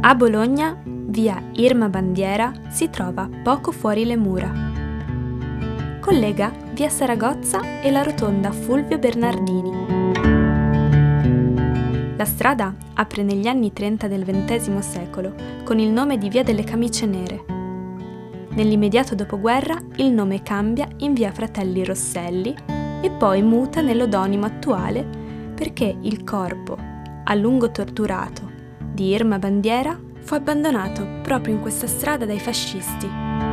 A Bologna, via Irma Bandiera si trova poco fuori le mura. Collega via Saragozza e la rotonda Fulvio Bernardini. La strada apre negli anni 30 del XX secolo con il nome di Via delle Camicie Nere. Nell'immediato dopoguerra il nome cambia in via Fratelli Rosselli e poi muta nell'odonimo attuale perché il corpo, a lungo torturato, di Irma Bandiera fu abbandonato proprio in questa strada dai fascisti.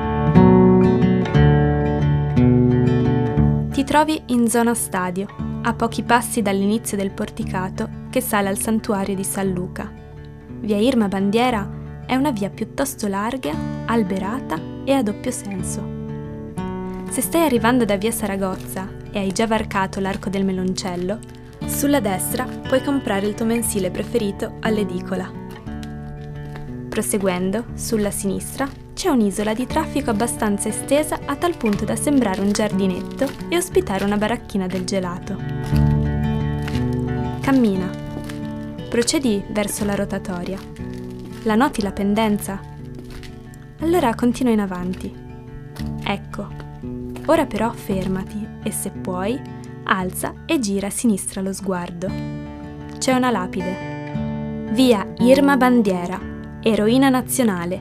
Ti trovi in zona stadio, a pochi passi dall'inizio del porticato che sale al santuario di San Luca. Via Irma Bandiera è una via piuttosto larga, alberata e a doppio senso. Se stai arrivando da via Saragozza e hai già varcato l'Arco del Meloncello, sulla destra puoi comprare il tuo mensile preferito all'edicola. Proseguendo, sulla sinistra, c'è un'isola di traffico abbastanza estesa a tal punto da sembrare un giardinetto e ospitare una baracchina del gelato. Cammina. Procedi verso la rotatoria. La noti la pendenza? Allora continua in avanti. Ecco. Ora però fermati e se puoi, alza e gira a sinistra lo sguardo. C'è una lapide. Via Irma Bandiera, eroina nazionale,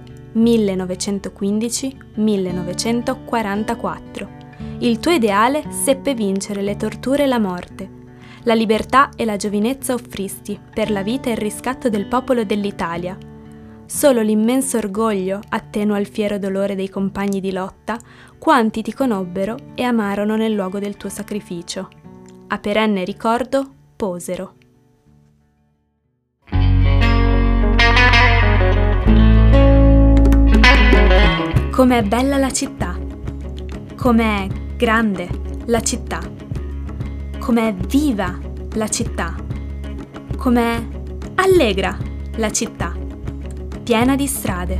1915-1944. Il tuo ideale seppe vincere le torture e la morte. La libertà e la giovinezza offristi per la vita e il riscatto del popolo dell'Italia. Solo l'immenso orgoglio attenua il fiero dolore dei compagni di lotta, quanti ti conobbero e amarono nel luogo del tuo sacrificio. A perenne ricordo, posero. Com'è bella la città, com'è grande la città, com'è viva la città, com'è allegra la città, piena di strade.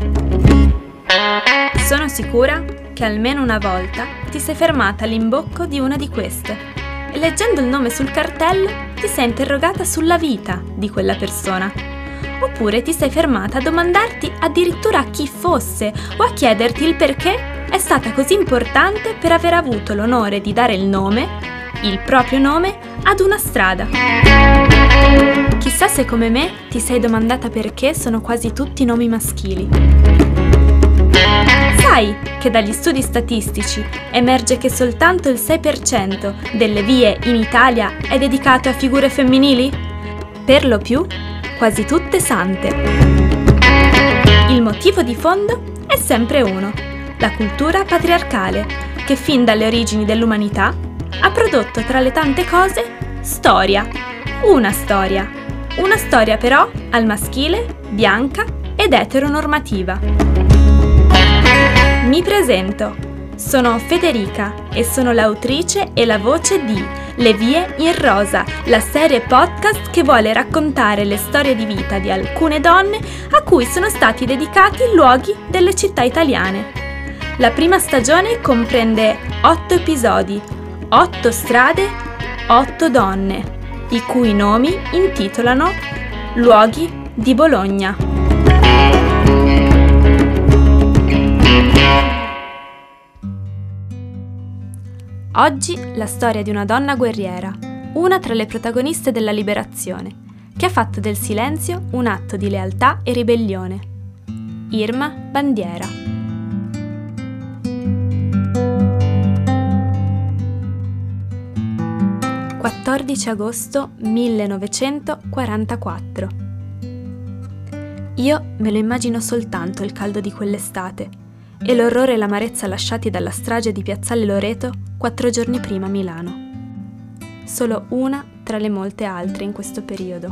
Sono sicura che almeno una volta ti sei fermata all'imbocco di una di queste e leggendo il nome sul cartello ti sei interrogata sulla vita di quella persona. Oppure ti sei fermata a domandarti addirittura chi fosse o a chiederti il perché è stata così importante per aver avuto l'onore di dare il nome, il proprio nome, ad una strada. Chissà se come me ti sei domandata perché sono quasi tutti nomi maschili. Sai che dagli studi statistici emerge che soltanto il 6% delle vie in Italia è dedicato a figure femminili? Per lo più, quasi tutte sante. Il motivo di fondo è sempre uno, la cultura patriarcale, che fin dalle origini dell'umanità ha prodotto tra le tante cose storia, una storia però al maschile, bianca ed eteronormativa. Mi presento, sono Federica e sono l'autrice e la voce di Le Vie in Rosa, la serie podcast che vuole raccontare le storie di vita di alcune donne a cui sono stati dedicati luoghi delle città italiane. La prima stagione comprende 8 episodi, 8 strade, 8 donne, i cui nomi intitolano Luoghi di Bologna. Oggi la storia di una donna guerriera, una tra le protagoniste della liberazione, che ha fatto del silenzio un atto di lealtà e ribellione. Irma Bandiera. (14 agosto 1944). Io me lo immagino soltanto il caldo di quell'estate e l'orrore e l'amarezza lasciati dalla strage di Piazzale Loreto 4 giorni prima a Milano. Solo una tra le molte altre in questo periodo.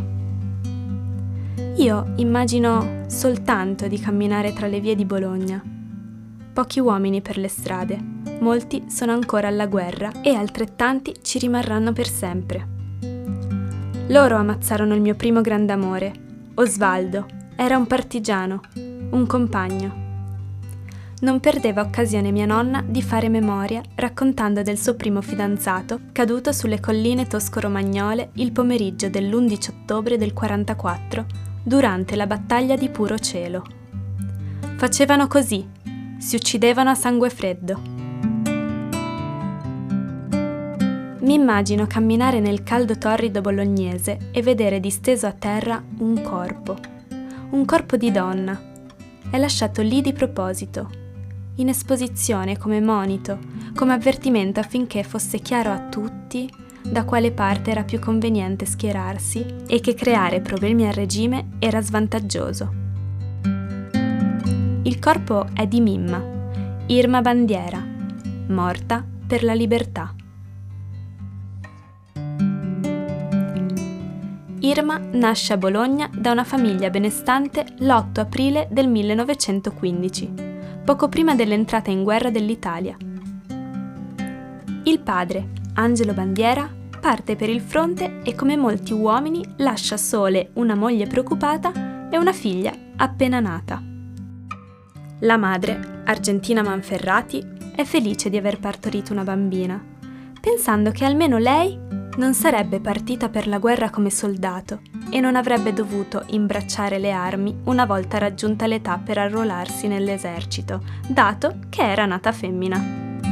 Io immagino soltanto di camminare tra le vie di Bologna. Pochi uomini per le strade, molti sono ancora alla guerra e altrettanti ci rimarranno per sempre. Loro ammazzarono il mio primo grande amore, Osvaldo, era un partigiano, un compagno. Non perdeva occasione mia nonna di fare memoria raccontando del suo primo fidanzato caduto sulle colline tosco-romagnole il pomeriggio dell'11 ottobre del 44, durante la battaglia di Puro Cielo. Facevano così, si uccidevano a sangue freddo. Mi immagino camminare nel caldo torrido bolognese e vedere disteso a terra un corpo di donna. È lasciato lì di proposito, in esposizione come monito, come avvertimento affinché fosse chiaro a tutti da quale parte era più conveniente schierarsi e che creare problemi al regime era svantaggioso. Il corpo è di Mimma, Irma Bandiera, morta per la libertà. Irma nasce a Bologna da una famiglia benestante l'8 aprile del 1915, poco prima dell'entrata in guerra dell'Italia. Il padre, Angelo Bandiera, parte per il fronte e come molti uomini lascia sole una moglie preoccupata e una figlia appena nata. La madre, Argentina Manferrati, è felice di aver partorito una bambina, pensando che almeno lei non sarebbe partita per la guerra come soldato e non avrebbe dovuto imbracciare le armi una volta raggiunta l'età per arruolarsi nell'esercito, dato che era nata femmina.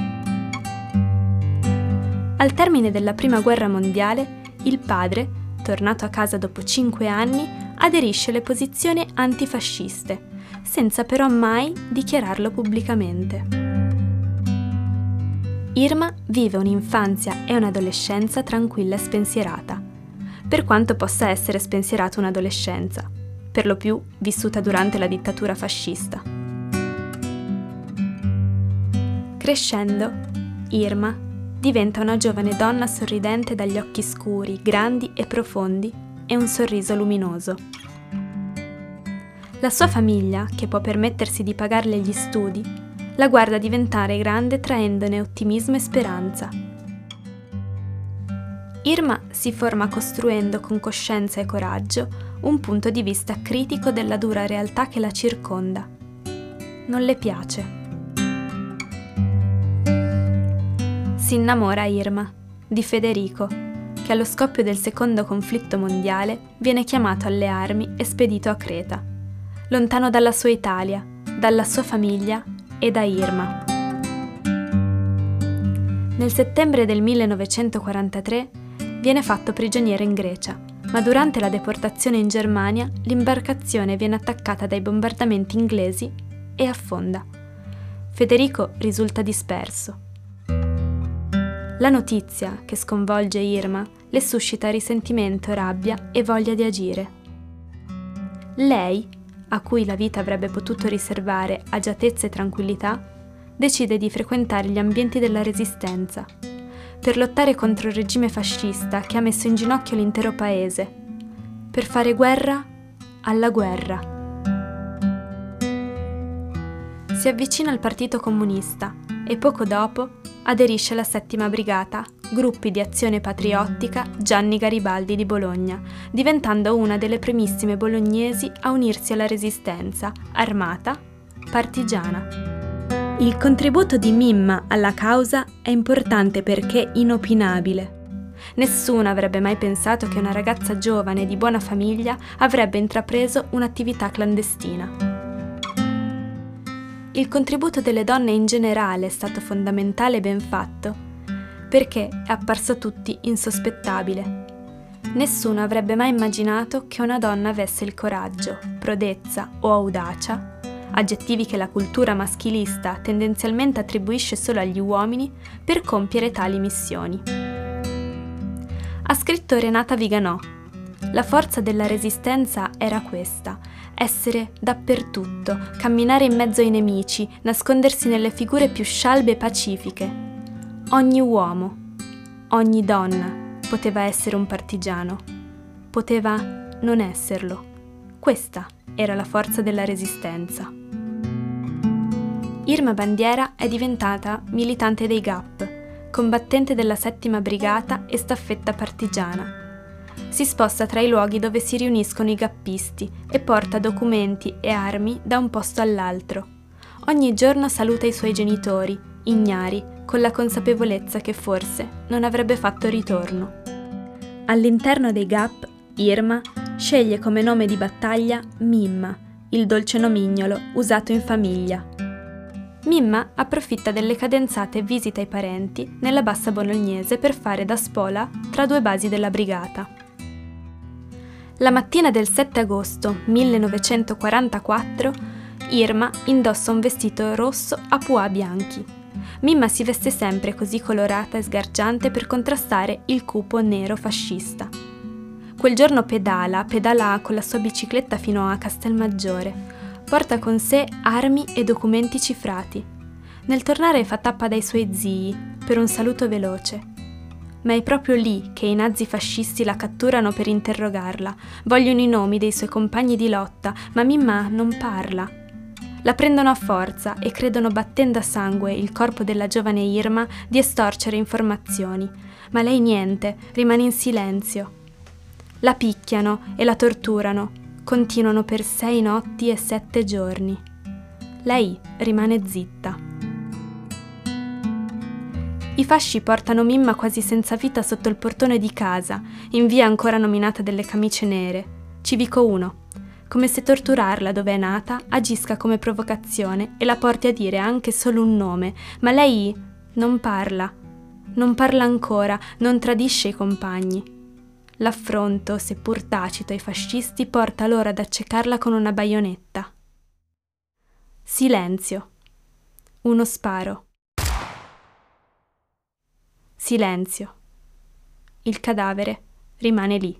Al termine della Prima Guerra Mondiale, il padre, tornato a casa dopo 5 anni, aderisce alle posizioni antifasciste, senza però mai dichiararlo pubblicamente. Irma vive un'infanzia e un'adolescenza tranquilla e spensierata, per quanto possa essere spensierata un'adolescenza, per lo più vissuta durante la dittatura fascista. Crescendo, Irma diventa una giovane donna sorridente dagli occhi scuri, grandi e profondi e un sorriso luminoso. La sua famiglia, che può permettersi di pagarle gli studi, la guarda diventare grande traendone ottimismo e speranza. Irma si forma costruendo con coscienza e coraggio un punto di vista critico della dura realtà che la circonda. Non le piace. Si innamora Irma di Federico, che allo scoppio del secondo conflitto mondiale viene chiamato alle armi e spedito a Creta, lontano dalla sua Italia, dalla sua famiglia e da Irma. Nel settembre del 1943 viene fatto prigioniero in Grecia, ma durante la deportazione in Germania l'imbarcazione viene attaccata dai bombardamenti inglesi e affonda. Federico risulta disperso. La notizia, che sconvolge Irma, le suscita risentimento, rabbia e voglia di agire. Lei, a cui la vita avrebbe potuto riservare agiatezza e tranquillità, decide di frequentare gli ambienti della Resistenza, per lottare contro il regime fascista che ha messo in ginocchio l'intero paese, per fare guerra alla guerra. Si avvicina al Partito Comunista e poco dopo aderisce alla 7ª Brigata, gruppi di azione patriottica Gianni Garibaldi di Bologna, diventando una delle primissime bolognesi a unirsi alla Resistenza, armata, partigiana. Il contributo di Mimma alla causa è importante perché inopinabile. Nessuno avrebbe mai pensato che una ragazza giovane di buona famiglia avrebbe intrapreso un'attività clandestina. Il contributo delle donne in generale è stato fondamentale e ben fatto, perché è apparso a tutti insospettabile. Nessuno avrebbe mai immaginato che una donna avesse il coraggio, prodezza o audacia, aggettivi che la cultura maschilista tendenzialmente attribuisce solo agli uomini, per compiere tali missioni. Ha scritto Renata Viganò: la forza della Resistenza era questa: essere dappertutto, camminare in mezzo ai nemici, nascondersi nelle figure più scialbe e pacifiche. Ogni uomo, ogni donna poteva essere un partigiano, poteva non esserlo. Questa era la forza della Resistenza. Irma Bandiera è diventata militante dei GAP, combattente della 7ª Brigata e staffetta partigiana. Si sposta tra i luoghi dove si riuniscono i gappisti e porta documenti e armi da un posto all'altro. Ogni giorno saluta i suoi genitori, ignari, con la consapevolezza che forse non avrebbe fatto ritorno. All'interno dei GAP, Irma Sceglie come nome di battaglia Mimma, il dolce nomignolo usato in famiglia. Mimma approfitta delle cadenzate visite ai parenti nella bassa bolognese per fare da spola tra due basi della brigata. La mattina del 7 agosto 1944 Irma indossa un vestito rosso a pois bianchi. Mimma si veste sempre così colorata e sgargiante per contrastare il cupo nero fascista. Quel giorno pedala con la sua bicicletta fino a Castelmaggiore. Porta con sé armi e documenti cifrati. Nel tornare fa tappa dai suoi zii per un saluto veloce. Ma è proprio lì che i nazi fascisti la catturano per interrogarla. Vogliono i nomi dei suoi compagni di lotta, ma Mimma non parla. La prendono a forza e credono, battendo a sangue il corpo della giovane Irma, di estorcere informazioni. Ma lei niente, rimane in silenzio. La picchiano e la torturano. Continuano per 6 notti e 7 giorni. Lei rimane zitta. I fasci portano Mimma quasi senza vita sotto il portone di casa, in via ancora nominata delle Camicie Nere, Civico 1, come se torturarla dove è nata agisca come provocazione e la porti a dire anche solo un nome, ma lei non parla ancora, non tradisce i compagni. L'affronto, seppur tacito, ai fascisti porta loro ad accecarla con una baionetta. Silenzio. Uno sparo. Silenzio. Il cadavere rimane lì.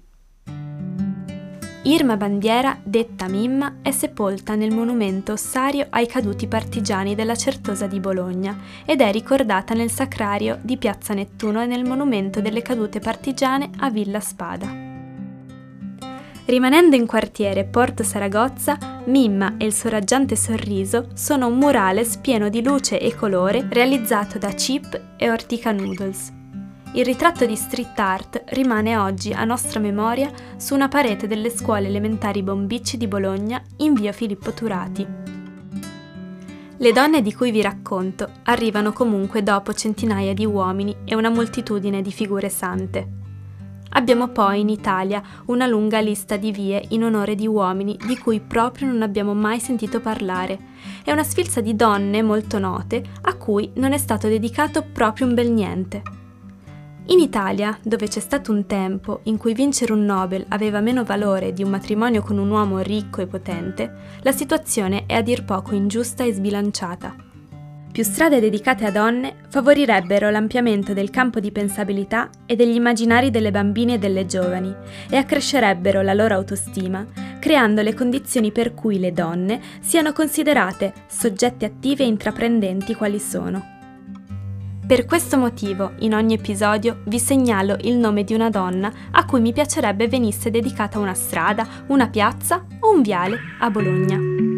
Irma Bandiera, detta Mimma, è sepolta nel monumento ossario ai caduti partigiani della Certosa di Bologna ed è ricordata nel sacrario di Piazza Nettuno e nel monumento delle cadute partigiane a Villa Spada. Rimanendo in quartiere Porto Saragozza, Mimma e il suo raggiante sorriso sono un murales pieno di luce e colore realizzato da Chip e Ortica Noodles. Il ritratto di street art rimane oggi a nostra memoria su una parete delle scuole elementari Bombicci di Bologna in via Filippo Turati. Le donne di cui vi racconto arrivano comunque dopo centinaia di uomini e una moltitudine di figure sante. Abbiamo poi in Italia una lunga lista di vie in onore di uomini di cui proprio non abbiamo mai sentito parlare e una sfilza di donne molto note a cui non è stato dedicato proprio un bel niente. In Italia, dove c'è stato un tempo in cui vincere un Nobel aveva meno valore di un matrimonio con un uomo ricco e potente, la situazione è a dir poco ingiusta e sbilanciata. Più strade dedicate a donne favorirebbero l'ampliamento del campo di pensabilità e degli immaginari delle bambine e delle giovani e accrescerebbero la loro autostima, creando le condizioni per cui le donne siano considerate soggetti attivi e intraprendenti quali sono. Per questo motivo, in ogni episodio vi segnalo il nome di una donna a cui mi piacerebbe venisse dedicata una strada, una piazza o un viale a Bologna.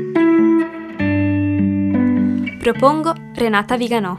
Propongo Renata Viganò.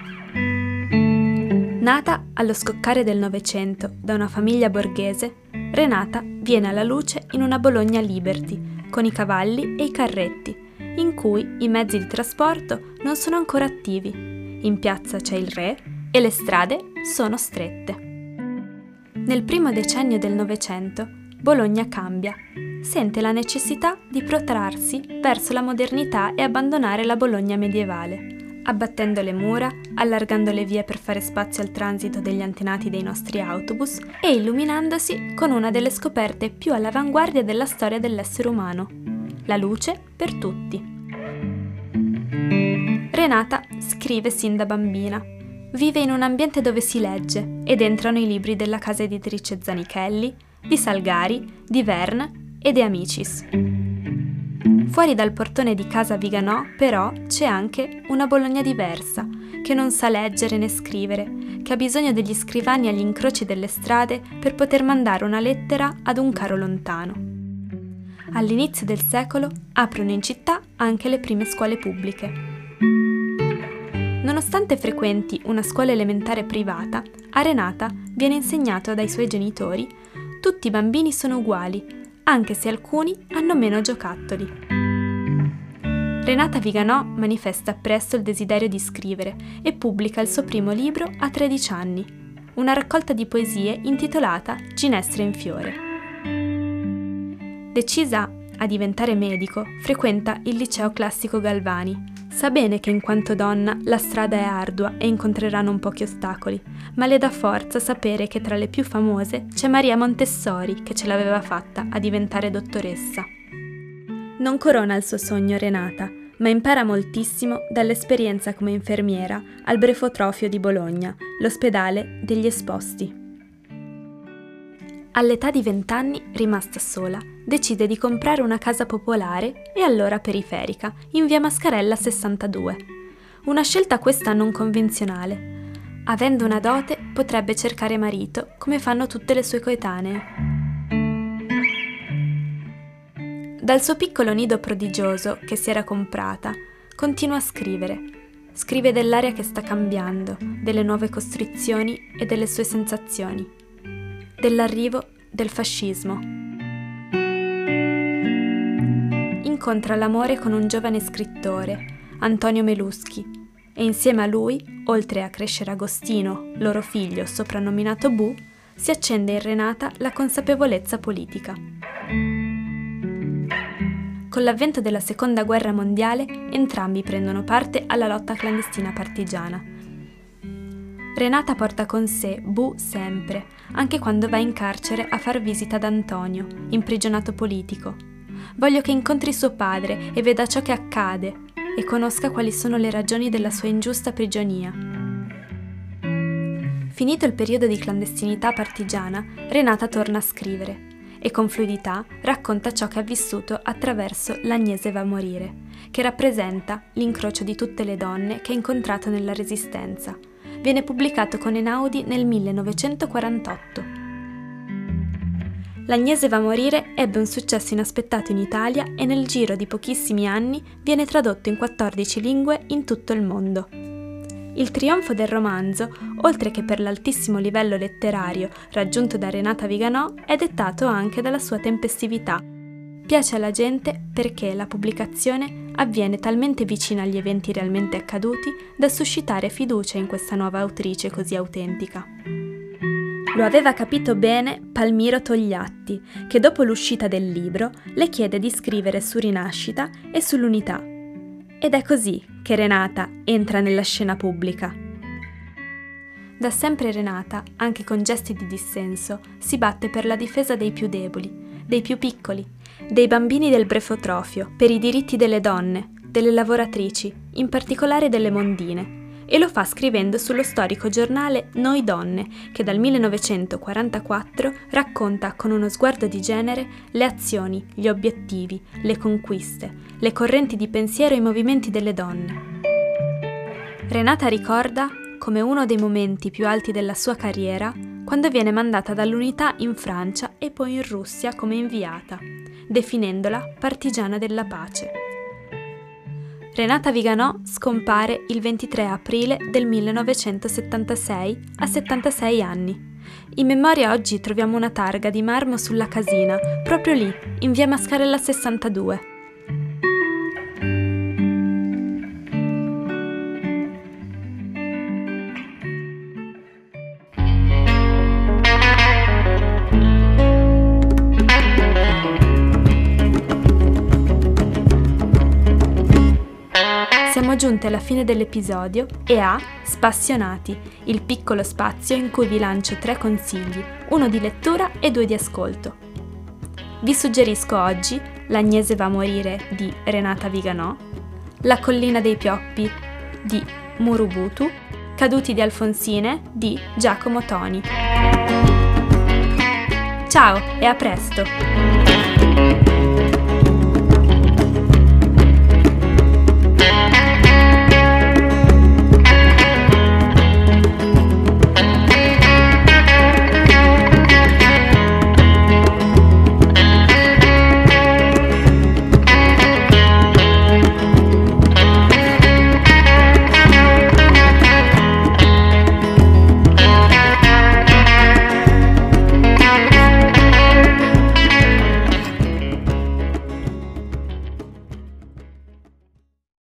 Nata allo scoccare del Novecento da una famiglia borghese, Renata viene alla luce in una Bologna Liberty, con i cavalli e i carretti, in cui i mezzi di trasporto non sono ancora attivi. In piazza c'è il re e le strade sono strette. Nel primo decennio del Novecento, Bologna cambia, sente la necessità di protrarsi verso la modernità e abbandonare la Bologna medievale, abbattendo le mura, allargando le vie per fare spazio al transito degli antenati dei nostri autobus e illuminandosi con una delle scoperte più all'avanguardia della storia dell'essere umano, la luce per tutti. Renata scrive sin da bambina. Vive in un ambiente dove si legge ed entrano i libri della casa editrice Zanichelli, di Salgari, di Verne e De Amicis. Fuori dal portone di casa Viganò, però, c'è anche una Bologna diversa, che non sa leggere né scrivere, che ha bisogno degli scrivani agli incroci delle strade per poter mandare una lettera ad un caro lontano. All'inizio del secolo aprono in città anche le prime scuole pubbliche. Nonostante frequenti una scuola elementare privata, a Renata viene insegnato dai suoi genitori: tutti i bambini sono uguali, anche se alcuni hanno meno giocattoli. Renata Viganò manifesta presto il desiderio di scrivere e pubblica il suo primo libro a 13 anni, una raccolta di poesie intitolata Ginestre in fiore. Decisa a diventare medico, frequenta il liceo classico Galvani. Sa bene che in quanto donna la strada è ardua e incontrerà non pochi ostacoli, ma le dà forza sapere che tra le più famose c'è Maria Montessori, che ce l'aveva fatta a diventare dottoressa. Non corona il suo sogno Renata, ma impara moltissimo dall'esperienza come infermiera al Brefotrofio di Bologna, l'ospedale degli esposti. All'età di 20 anni, rimasta sola, decide di comprare una casa popolare e allora periferica, in via Mascarella 62. Una scelta questa non convenzionale. Avendo una dote, potrebbe cercare marito, come fanno tutte le sue coetanee. Dal suo piccolo nido prodigioso che si era comprata, continua a scrivere. Scrive dell'aria che sta cambiando, delle nuove costruzioni e delle sue sensazioni. Dell'arrivo del fascismo. Incontra l'amore con un giovane scrittore, Antonio Meluschi, e insieme a lui, oltre a crescere Agostino, loro figlio soprannominato Bu, si accende in Renata la consapevolezza politica. Con l'avvento della Seconda Guerra Mondiale, entrambi prendono parte alla lotta clandestina partigiana. Renata porta con sé Bu sempre, anche quando va in carcere a far visita ad Antonio, imprigionato politico. Voglio che incontri suo padre e veda ciò che accade e conosca quali sono le ragioni della sua ingiusta prigionia. Finito il periodo di clandestinità partigiana, Renata torna a scrivere e con fluidità racconta ciò che ha vissuto attraverso L'Agnese va a morire, che rappresenta l'incrocio di tutte le donne che ha incontrato nella Resistenza. Viene pubblicato con Einaudi nel 1948. L'Agnese va a morire ebbe un successo inaspettato in Italia e nel giro di pochissimi anni viene tradotto in 14 lingue in tutto il mondo. Il trionfo del romanzo, oltre che per l'altissimo livello letterario raggiunto da Renata Viganò, è dettato anche dalla sua tempestività. Piace alla gente perché la pubblicazione avviene talmente vicina agli eventi realmente accaduti da suscitare fiducia in questa nuova autrice così autentica. Lo aveva capito bene Palmiro Togliatti, che dopo l'uscita del libro le chiede di scrivere su Rinascita e sull'Unità. Ed è così che Renata entra nella scena pubblica. Da sempre Renata, anche con gesti di dissenso, si batte per la difesa dei più deboli, dei più piccoli, dei bambini del Brefotrofio, per i diritti delle donne, delle lavoratrici, in particolare delle mondine, e lo fa scrivendo sullo storico giornale Noi Donne, che dal 1944 racconta con uno sguardo di genere le azioni, gli obiettivi, le conquiste, le correnti di pensiero e i movimenti delle donne. Renata ricorda, come uno dei momenti più alti della sua carriera, quando viene mandata dall'Unità in Francia e poi in Russia come inviata, definendola partigiana della pace. Renata Viganò scompare il 23 aprile del 1976 a 76 anni. In memoria oggi troviamo una targa di marmo sulla casina, proprio lì, in via Mascarella 62. Siamo giunti alla fine dell'episodio e a Spassionati, il piccolo spazio in cui vi lancio 3 consigli, uno di lettura e 2 di ascolto. Vi suggerisco oggi L'Agnese va a morire di Renata Viganò, La collina dei pioppi di Murubutu, Caduti di Alfonsine di Giacomo Toni. Ciao e a presto!